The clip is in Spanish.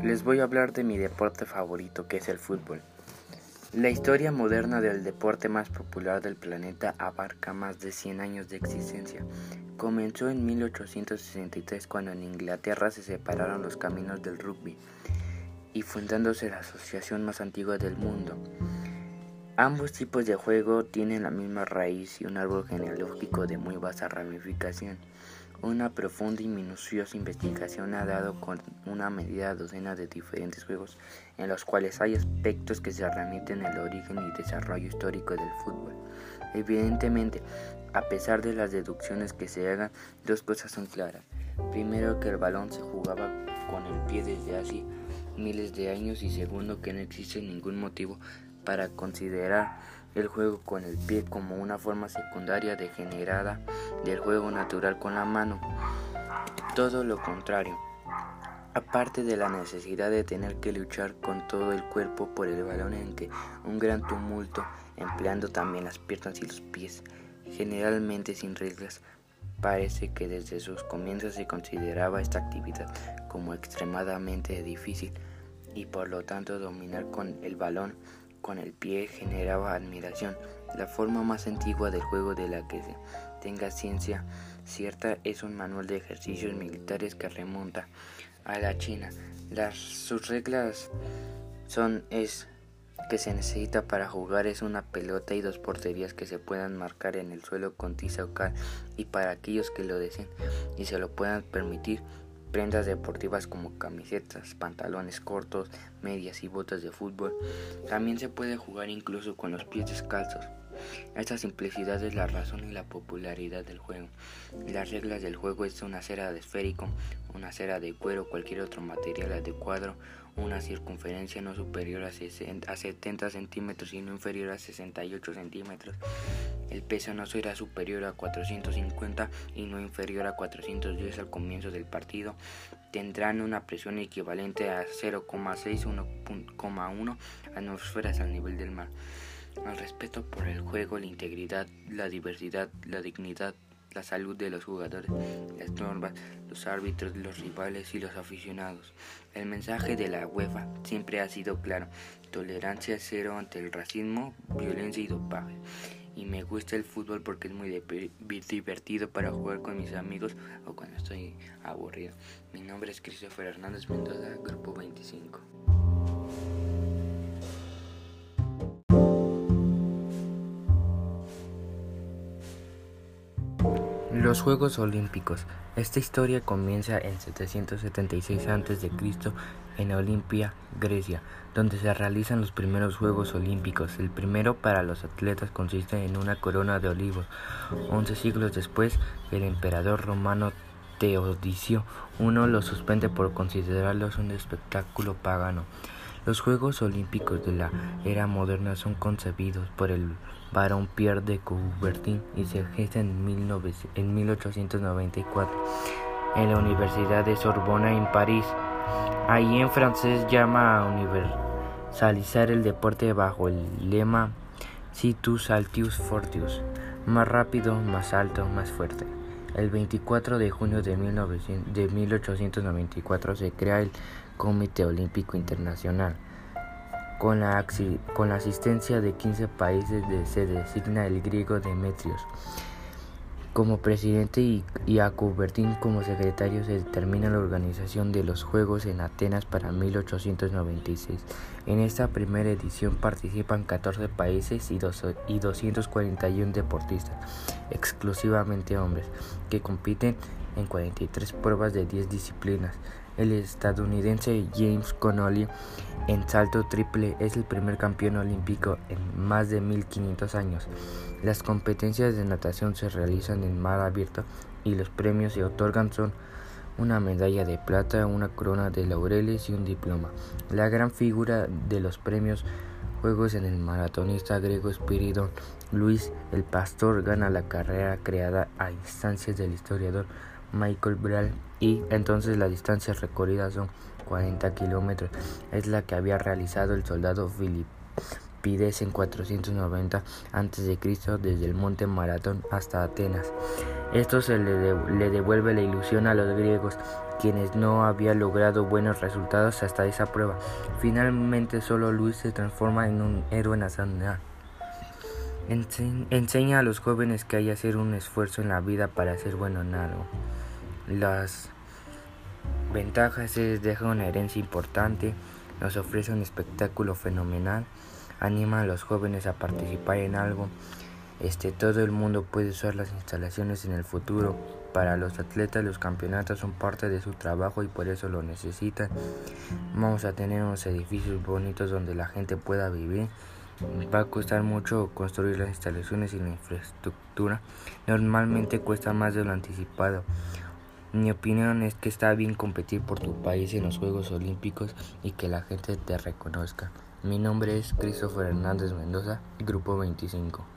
Les voy a hablar de mi deporte favorito, que es el fútbol. La historia moderna del deporte más popular del planeta abarca más de 100 años de existencia. Comenzó en 1863, cuando en Inglaterra se separaron los caminos del rugby y fundándose la asociación más antigua del mundo. Ambos tipos de juego tienen la misma raíz y un árbol genealógico de muy vasta ramificación. Una profunda y minuciosa investigación ha dado con una medida docena de diferentes juegos, en los cuales hay aspectos que se remiten al origen y desarrollo histórico del fútbol. Evidentemente, a pesar de las deducciones que se hagan, dos cosas son claras. Primero, que el balón se jugaba con el pie desde hace miles de años, y segundo, que no existe ningún motivo para considerar el juego con el pie como una forma secundaria degenerada del juego natural con la mano. Todo lo contrario. Aparte de la necesidad de tener que luchar con todo el cuerpo por el balón, en que un gran tumulto, empleando también las piernas y los pies, generalmente sin reglas, parece que desde sus comienzos se consideraba esta actividad como extremadamente difícil, y por lo tanto dominar con el balón con el pie generaba admiración. La forma más antigua del juego de la que se tenga ciencia cierta es un manual de ejercicios militares que remonta a la China. Sus reglas es que se necesita para jugar es una pelota y dos porterías que se puedan marcar en el suelo con tiza o cal, y para aquellos que lo deseen y se lo puedan permitir, prendas deportivas como camisetas, pantalones cortos, medias y botas de fútbol. También se puede jugar incluso con los pies descalzos. Esta simplicidad es la razón y la popularidad del juego. Las reglas del juego es una cera de esférico, una cera de cuero o cualquier otro material adecuado, una circunferencia no superior a 70 centímetros y no inferior a 68 centímetros. El peso no será superior a 450 y no inferior a 410 al comienzo del partido. Tendrán una presión equivalente a 0,6-1,1 atmósferas al nivel del mar. El respeto por el juego, la integridad, la diversidad, la dignidad, la salud de los jugadores, las normas, los árbitros, los rivales y los aficionados. El mensaje de la UEFA siempre ha sido claro: tolerancia cero ante el racismo, violencia y dopaje. Y me gusta el fútbol porque es muy divertido para jugar con mis amigos o cuando estoy aburrido. Mi nombre es Christopher Hernández Mendoza, Grupo 25. Los Juegos Olímpicos. Esta historia comienza en 776 a.C. en Olimpia, Grecia, donde se realizan los primeros Juegos Olímpicos. El primero para los atletas consiste en una corona de olivos. 11 siglos después, el emperador romano Teodosio I los suspende por considerarlos un espectáculo pagano. Los Juegos Olímpicos de la era moderna son concebidos por el barón Pierre de Coubertin y se gestan en 1894 en la Universidad de Sorbona en París. Allí en francés llama a universalizar el deporte bajo el lema Situs Altius Fortius, más rápido, más alto, más fuerte. El 24 de junio de 1894 se crea el Comité Olímpico Internacional. Con la asistencia de 15 países se designa el griego Demetrios como presidente y a Coubertin como secretario. Se determina la organización de los Juegos en Atenas para 1896. En esta primera edición participan 14 países y 241 deportistas, exclusivamente hombres, que compiten en 43 pruebas de 10 disciplinas. El estadounidense James Connolly en salto triple es el primer campeón olímpico en más de 1500 años. Las competencias de natación se realizan en mar abierto y los premios se otorgan son una medalla de plata, una corona de laureles y un diploma. La gran figura de los premios Juegos en el maratonista griego Spiridon Luis el Pastor gana la carrera creada a instancias del historiador Michael Braille, y entonces la distancia recorrida son 40 kilómetros. Es la que había realizado el soldado rapidez en 490 a.C. desde el monte Maratón hasta Atenas. Esto se le devuelve la ilusión a los griegos, quienes no habían logrado buenos resultados hasta esa prueba. Finalmente solo Luis se transforma en un héroe nacional. Enseña a los jóvenes que hay que hacer un esfuerzo en la vida para ser bueno en algo. Las ventajas es: deja una herencia importante, nos ofrece un espectáculo fenomenal, anima a los jóvenes a participar en algo. Todo el mundo puede usar las instalaciones en el futuro. Para los atletas los campeonatos son parte de su trabajo y por eso lo necesitan. Vamos a tener unos edificios bonitos donde la gente pueda vivir. Va a costar mucho construir las instalaciones y la infraestructura. Normalmente cuesta más de lo anticipado. Mi opinión es que está bien competir por tu país en los Juegos Olímpicos y que la gente te reconozca. Mi nombre es Christopher Hernández Mendoza, Grupo 25.